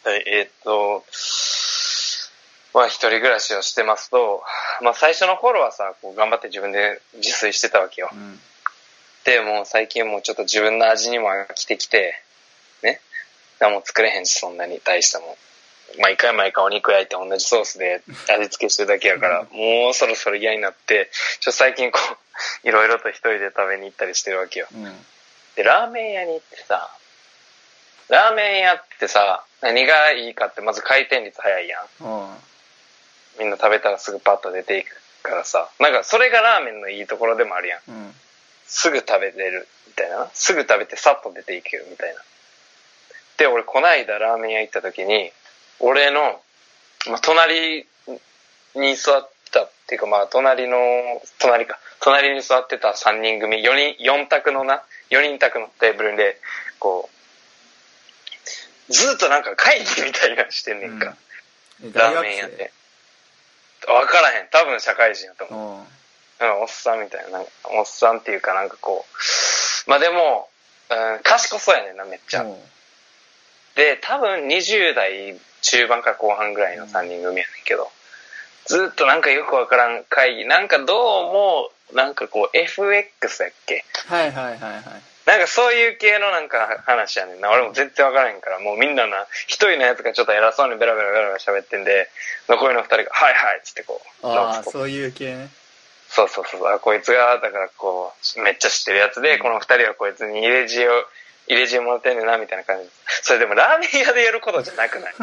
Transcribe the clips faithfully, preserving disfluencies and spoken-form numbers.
えーっと、まあ一人暮らしをしてますと、まあ最初の頃はさ、こう頑張って自分で自炊してたわけよ。うん、で、もう最近もうちょっと自分の味にも飽きてきて、ね。何も作れへんし、そんなに大したもん。毎回毎回お肉焼いて同じソースで味付けしてるだけやから、もうそろそろ嫌になって、ちょっと最近こう、いろいろと一人で食べに行ったりしてるわけよ。うん、で、ラーメン屋に行ってさ、ラーメン屋ってさ、何がいいかってまず回転率早いやん。うん、みんな食べたらすぐパッと出ていくからさ、なんかそれがラーメンのいいところでもあるやん。うん、すぐ食べれるみたいな。すぐ食べてさっと出ていけるみたいな。で、俺こないだラーメン屋行った時に、俺の、まあ、隣に座ったっていうか、まあ隣の隣か隣に座ってたさんにん組よにんよん択のなよにん択のテーブルでこうずっとなんか会議みたいなのしてんねんか、うん、ラーメン屋で分からへん、多分社会人やと思う、うん、おっさんみたいな、なんかおっさんっていうかなんかこう、まあでも、うん、賢そうやねんなめっちゃ、うん、で多分にじゅう代中盤から後半ぐらいのさんにん組やねんけど、ずっとなんかよくわからん会議、なんかどうもなんかこう エフエックス やっけ、 はいはいはいはい、 なんかそういう系のなんか話やねんな。俺も全然わからへんから、もうみんなな一人のやつがちょっと偉そうにベラベラベラベラ喋ってんで、残りの二人がはいはいっつってこう、 ああそういう系ね。 そうそうそう、あこいつがだからこうめっちゃ知ってるやつで、うん、この二人はこいつに入れ知恵を入れ知恵もらってんねんなみたいな感じ。それでもラーメン屋でやることじゃなくない？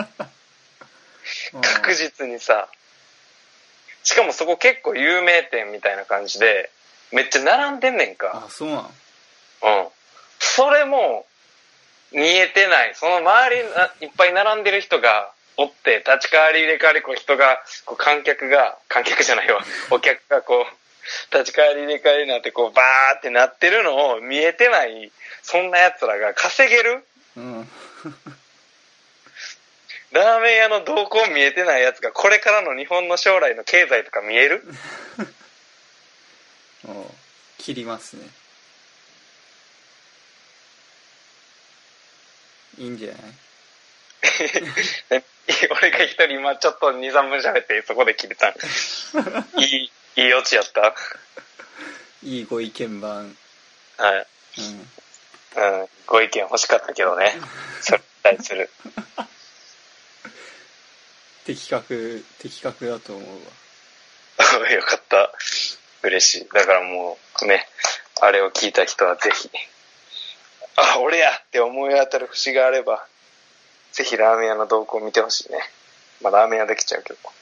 確実にさ、しかもそこ結構有名店みたいな感じでめっちゃ並んでんねんか。 あ、そうなん。 うん。それも見えてない。その周りいっぱい並んでる人がおって立ち代わり入れ替わりこう人がこう観客が観客じゃないわお客がこう立ち代わり入れ替わりになってこうバーってなってるのを見えてない、そんな奴らが稼げる？うん。ラーメン屋の動向見えてないやつがこれからの日本の将来の経済とか見える？ お切りますね。いいんじゃない？ 俺が一人今ちょっとに、さんぷん喋ってそこで切れた。いい、いいオチやった。 いいご意見番。 はい。うん。うん。ご意見欲しかったけどね。それに対する。 的確、的確だと思うわ。よかった。嬉しい。だからもうね、あれを聞いた人はぜひ、あ、俺やって思い当たる節があれば、ぜひラーメン屋の動向を見てほしいね。まあラーメン屋できちゃうけど。